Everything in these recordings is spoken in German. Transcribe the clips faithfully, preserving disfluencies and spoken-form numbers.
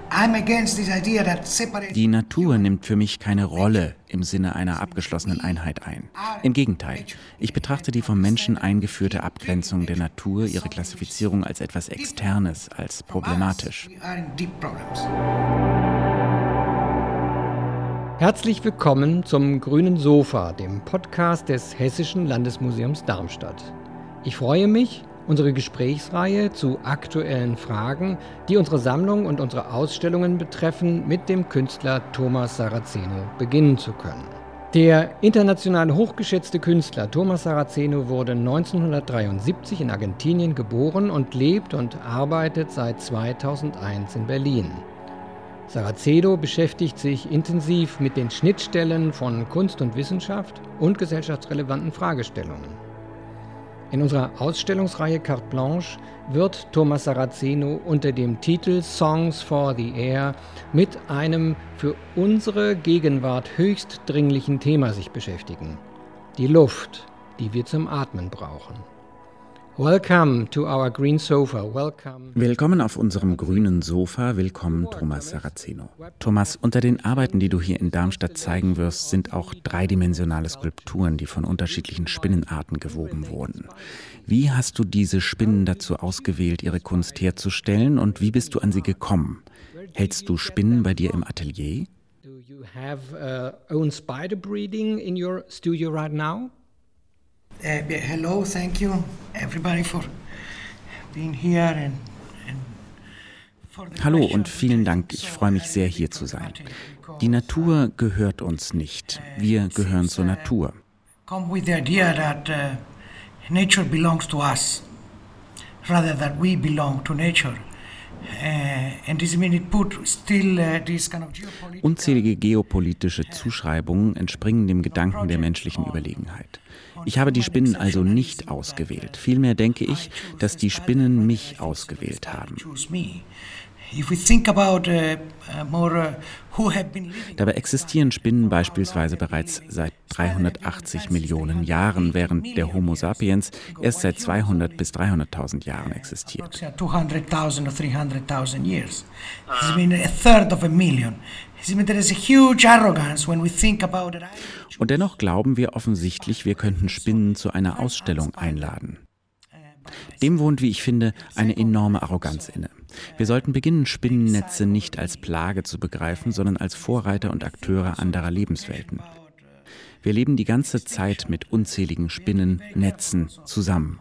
Die Natur nimmt für mich keine Rolle im Sinne einer abgeschlossenen Einheit ein. Im Gegenteil, ich betrachte die vom Menschen eingeführte Abgrenzung der Natur, ihre Klassifizierung als etwas Externes, als problematisch. Herzlich willkommen zum Grünen Sofa, dem Podcast des Hessischen Landesmuseums Darmstadt. Ich freue mich, unsere Gesprächsreihe zu aktuellen Fragen, die unsere Sammlung und unsere Ausstellungen betreffen, mit dem Künstler Thomas Saraceno beginnen zu können. Der international hochgeschätzte Künstler Thomas Saraceno wurde neunzehnhundertdreiundsiebzig in Argentinien geboren und lebt und arbeitet seit zweitausendeins in Berlin. Saraceno beschäftigt sich intensiv mit den Schnittstellen von Kunst und Wissenschaft und gesellschaftsrelevanten Fragestellungen. In unserer Ausstellungsreihe Carte Blanche wird Thomas Saraceno unter dem Titel Songs for the Air mit einem für unsere Gegenwart höchst dringlichen Thema sich beschäftigen: die Luft, die wir zum Atmen brauchen. Welcome to our green sofa. Welcome. Willkommen auf unserem grünen Sofa. Willkommen, Thomas Saraceno. Thomas, unter den Arbeiten, die du hier in Darmstadt zeigen wirst, sind auch dreidimensionale Skulpturen, die von unterschiedlichen Spinnenarten gewoben wurden. Wie hast du diese Spinnen dazu ausgewählt, ihre Kunst herzustellen, und wie bist du an sie gekommen? Hältst du Spinnen bei dir im Atelier? Do you have uh, own spider breeding in your studio right now? Uh, hello, thank you everybody for being here and, and for the Hallo und vielen Dank, ich freue mich sehr, hier zu sein. Die Natur gehört uns nicht, wir gehören zur Natur. Come with the idea that uh, nature belongs to us rather than we belong to nature. Unzählige geopolitische Zuschreibungen entspringen dem Gedanken der menschlichen Überlegenheit. Ich habe die Spinnen also nicht ausgewählt. Vielmehr denke ich, dass die Spinnen mich ausgewählt haben. Dabei existieren Spinnen beispielsweise bereits seit dreihundertachtzig Millionen Jahren, während der Homo sapiens erst seit zweihundert bis dreihunderttausend Jahren existiert. Und dennoch glauben wir offensichtlich, wir könnten Spinnen zu einer Ausstellung einladen. Dem wohnt, wie ich finde, eine enorme Arroganz inne. Wir sollten beginnen, Spinnennetze nicht als Plage zu begreifen, sondern als Vorreiter und Akteure anderer Lebenswelten. Wir leben die ganze Zeit mit unzähligen Spinnennetzen zusammen.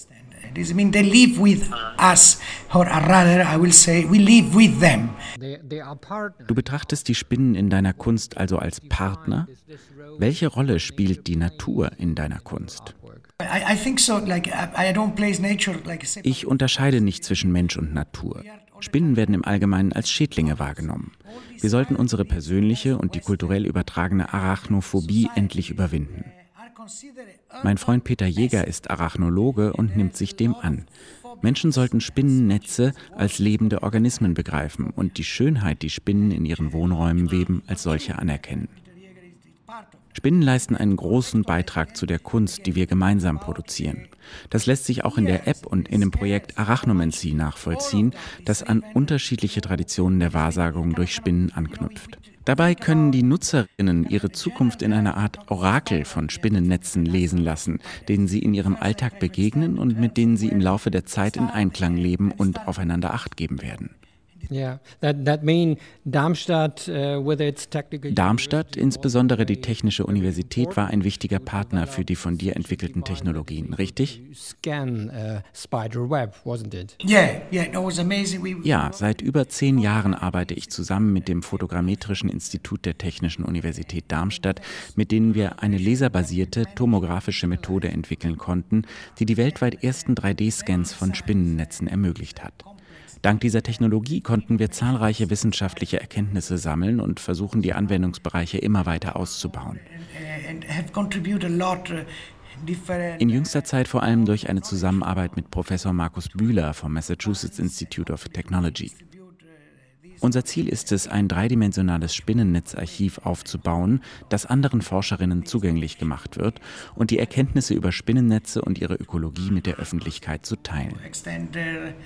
Du betrachtest die Spinnen in deiner Kunst also als Partner? Welche Rolle spielt die Natur in deiner Kunst? Ich unterscheide nicht zwischen Mensch und Natur. Spinnen werden im Allgemeinen als Schädlinge wahrgenommen. Wir sollten unsere persönliche und die kulturell übertragene Arachnophobie endlich überwinden. Mein Freund Peter Jäger ist Arachnologe und nimmt sich dem an. Menschen sollten Spinnennetze als lebende Organismen begreifen und die Schönheit, die Spinnen in ihren Wohnräumen weben, als solche anerkennen. Spinnen leisten einen großen Beitrag zu der Kunst, die wir gemeinsam produzieren. Das lässt sich auch in der App und in dem Projekt Arachnomancie nachvollziehen, das an unterschiedliche Traditionen der Wahrsagung durch Spinnen anknüpft. Dabei können die Nutzerinnen ihre Zukunft in einer Art Orakel von Spinnennetzen lesen lassen, denen sie in ihrem Alltag begegnen und mit denen sie im Laufe der Zeit in Einklang leben und aufeinander Acht geben werden. Yeah, that, that mean Darmstadt, uh, with its technical Darmstadt, insbesondere die Technische Universität, war ein wichtiger Partner für die von dir entwickelten Technologien, richtig? Ja, seit über zehn Jahren arbeite ich zusammen mit dem Fotogrammetrischen Institut der Technischen Universität Darmstadt, mit denen wir eine laserbasierte tomografische Methode entwickeln konnten, die die weltweit ersten drei D-Scans von Spinnennetzen ermöglicht hat. Dank dieser Technologie konnten wir zahlreiche wissenschaftliche Erkenntnisse sammeln und versuchen, die Anwendungsbereiche immer weiter auszubauen. In jüngster Zeit vor allem durch eine Zusammenarbeit mit Professor Markus Bühler vom Massachusetts Institute of Technology. Unser Ziel ist es, ein dreidimensionales Spinnennetzarchiv aufzubauen, das anderen Forscherinnen zugänglich gemacht wird und die Erkenntnisse über Spinnennetze und ihre Ökologie mit der Öffentlichkeit zu teilen.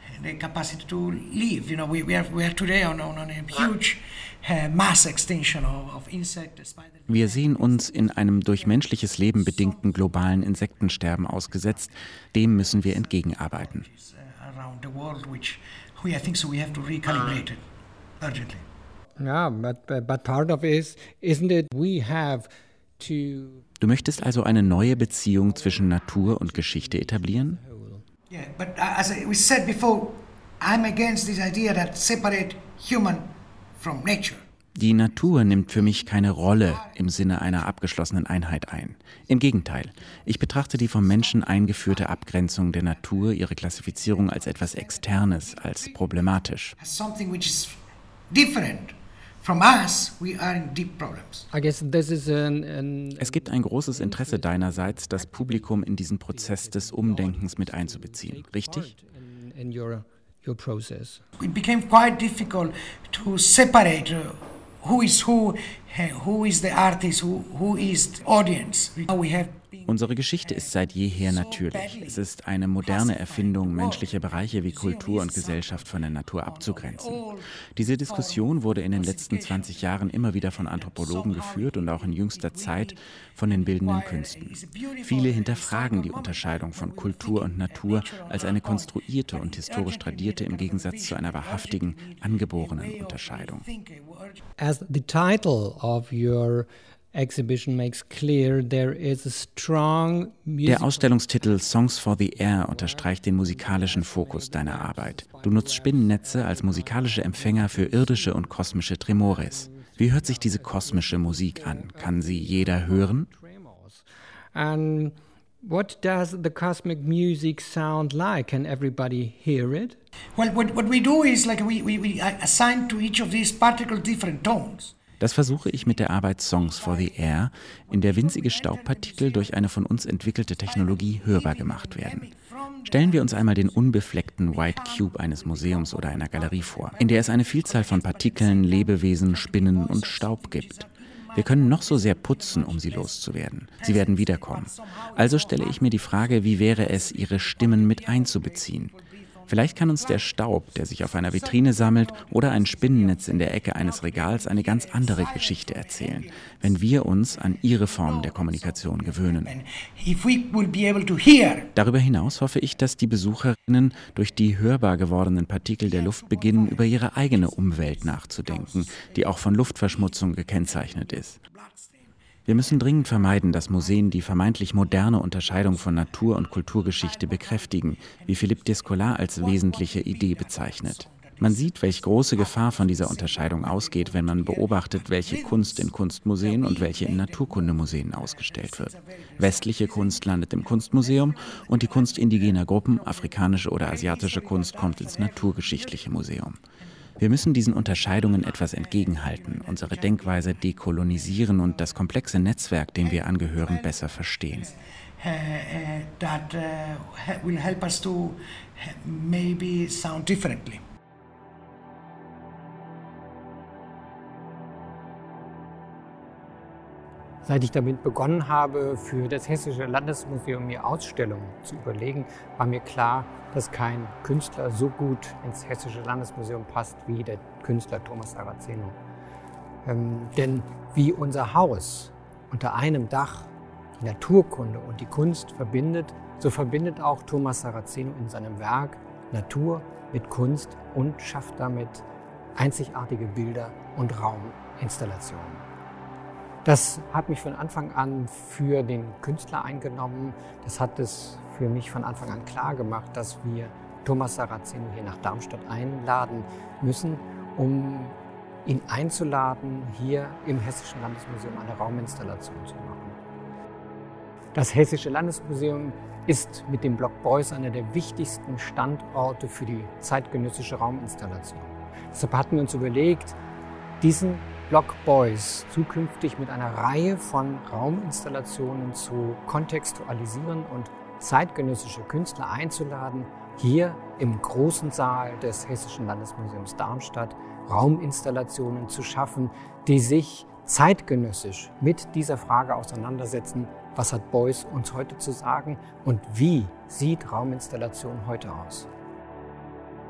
the capacity to live. You know, we, we, are, we are today on, on a huge uh, mass extinction of, of insects. Wir sehen uns in einem durch menschliches Leben bedingten globalen Insektensterben ausgesetzt. Dem müssen wir entgegenarbeiten. Around the world, which we, I think so we have to recalibrate it urgently. Yeah, but, but part of it is, isn't it, we have to... Du möchtest also eine neue Beziehung zwischen Natur und Geschichte etablieren? Yeah, but as we said before, I'm against this idea that separate human from nature. Die Natur nimmt für mich keine Rolle im Sinne einer abgeschlossenen Einheit ein. Im Gegenteil, ich betrachte die vom Menschen eingeführte Abgrenzung der Natur, ihre Klassifizierung als etwas Externes, als problematisch. Something which is different from us, we are in deep problems. I guess this is an, an Es gibt ein großes Interesse deinerseits, das Publikum in diesen Prozess des Umdenkens mit einzubeziehen, richtig? in, in your, your process. It became quite difficult to separate uh, who is who, uh, who is the artist, who, who is the audience. We have Unsere Geschichte ist seit jeher natürlich. Es ist eine moderne Erfindung, menschliche Bereiche wie Kultur und Gesellschaft von der Natur abzugrenzen. Diese Diskussion wurde in den letzten zwanzig Jahren immer wieder von Anthropologen geführt und auch in jüngster Zeit von den bildenden Künsten. Viele hinterfragen die Unterscheidung von Kultur und Natur als eine konstruierte und historisch tradierte im Gegensatz zu einer wahrhaftigen, angeborenen Unterscheidung. As the title of your exhibition makes clear, there is a strong Der Ausstellungstitel Songs for the Air unterstreicht den musikalischen Fokus deiner Arbeit. Du nutzt Spinnennetze als musikalische Empfänger für irdische und kosmische Tremores. Wie hört sich diese kosmische Musik an? Kann sie jeder hören? And what does the cosmic music sound like? Can everybody hear it? Well, what, what we do is like we, we, we assign to each of these particles different tones. Das versuche ich mit der Arbeit Songs for the Air, in der winzige Staubpartikel durch eine von uns entwickelte Technologie hörbar gemacht werden. Stellen wir uns einmal den unbefleckten White Cube eines Museums oder einer Galerie vor, in der es eine Vielzahl von Partikeln, Lebewesen, Spinnen und Staub gibt. Wir können noch so sehr putzen, um sie loszuwerden. Sie werden wiederkommen. Also stelle ich mir die Frage, wie wäre es, ihre Stimmen mit einzubeziehen? Vielleicht kann uns der Staub, der sich auf einer Vitrine sammelt, oder ein Spinnennetz in der Ecke eines Regals eine ganz andere Geschichte erzählen, wenn wir uns an ihre Form der Kommunikation gewöhnen. Darüber hinaus hoffe ich, dass die Besucherinnen durch die hörbar gewordenen Partikel der Luft beginnen, über ihre eigene Umwelt nachzudenken, die auch von Luftverschmutzung gekennzeichnet ist. Wir müssen dringend vermeiden, dass Museen die vermeintlich moderne Unterscheidung von Natur- und Kulturgeschichte bekräftigen, wie Philippe Descola als wesentliche Idee bezeichnet. Man sieht, welche große Gefahr von dieser Unterscheidung ausgeht, wenn man beobachtet, welche Kunst in Kunstmuseen und welche in Naturkundemuseen ausgestellt wird. Westliche Kunst landet im Kunstmuseum und die Kunst indigener Gruppen, afrikanische oder asiatische Kunst, kommt ins Naturgeschichtliche Museum. Wir müssen diesen Unterscheidungen etwas entgegenhalten, unsere Denkweise dekolonisieren und das komplexe Netzwerk, dem wir angehören, besser verstehen. That will help us to maybe sound differently. Seit ich damit begonnen habe, für das Hessische Landesmuseum mir Ausstellungen zu überlegen, war mir klar, dass kein Künstler so gut ins Hessische Landesmuseum passt wie der Künstler Thomas Saraceno. Ähm, denn wie unser Haus unter einem Dach die Naturkunde und die Kunst verbindet, so verbindet auch Thomas Saraceno in seinem Werk Natur mit Kunst und schafft damit einzigartige Bilder und Rauminstallationen. Das hat mich von Anfang an für den Künstler eingenommen. Das hat es für mich von Anfang an klar gemacht, dass wir Thomas Saraceno hier nach Darmstadt einladen müssen, um ihn einzuladen, hier im Hessischen Landesmuseum eine Rauminstallation zu machen. Das Hessische Landesmuseum ist mit dem Block Beuys einer der wichtigsten Standorte für die zeitgenössische Rauminstallation. Deshalb hatten wir uns überlegt, diesen Block Beuys zukünftig mit einer Reihe von Rauminstallationen zu kontextualisieren und zeitgenössische Künstler einzuladen, hier im großen Saal des Hessischen Landesmuseums Darmstadt Rauminstallationen zu schaffen, die sich zeitgenössisch mit dieser Frage auseinandersetzen, was hat Beuys uns heute zu sagen und wie sieht Rauminstallation heute aus?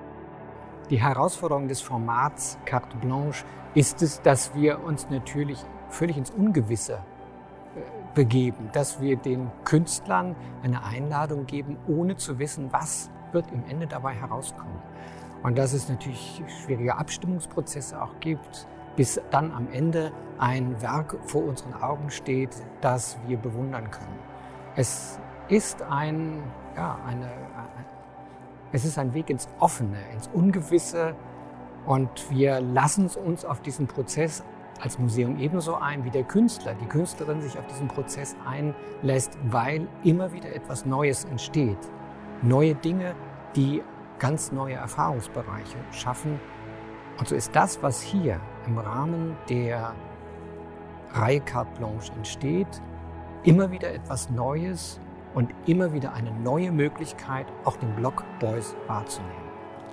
Die Herausforderung des Formats Carte Blanche ist es, dass wir uns natürlich völlig ins Ungewisse begeben, dass wir den Künstlern eine Einladung geben, ohne zu wissen, was wird im Ende dabei herauskommen. Und dass es natürlich schwierige Abstimmungsprozesse auch gibt, bis dann am Ende ein Werk vor unseren Augen steht, das wir bewundern können. Es ist ein, ja, eine, es ist ein Weg ins Offene, ins Ungewisse, und wir lassen uns auf diesen Prozess als Museum ebenso ein wie der Künstler, die Künstlerin sich auf diesen Prozess einlässt, weil immer wieder etwas Neues entsteht. Neue Dinge, die ganz neue Erfahrungsbereiche schaffen. Und so ist das, was hier im Rahmen der Reihe Carte Blanche entsteht, immer wieder etwas Neues und immer wieder eine neue Möglichkeit, auch den Block Beuys wahrzunehmen.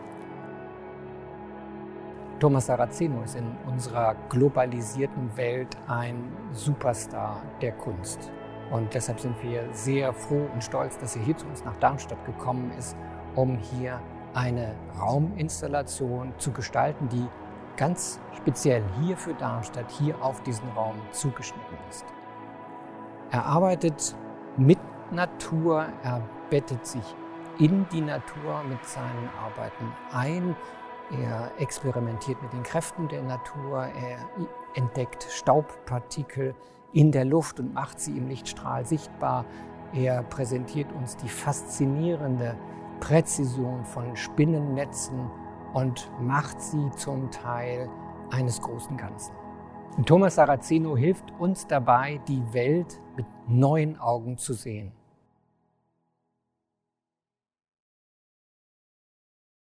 Thomas Saraceno ist in unserer globalisierten Welt ein Superstar der Kunst. Und deshalb sind wir sehr froh und stolz, dass er hier zu uns nach Darmstadt gekommen ist, um hier eine Rauminstallation zu gestalten, die ganz speziell hier für Darmstadt, hier auf diesen Raum zugeschnitten ist. Er arbeitet mit Natur, er bettet sich in die Natur mit seinen Arbeiten ein. Er experimentiert mit den Kräften der Natur, er entdeckt Staubpartikel in der Luft und macht sie im Lichtstrahl sichtbar. Er präsentiert uns die faszinierende Präzision von Spinnennetzen und macht sie zum Teil eines großen Ganzen. Und Thomas Saraceno hilft uns dabei, die Welt mit neuen Augen zu sehen.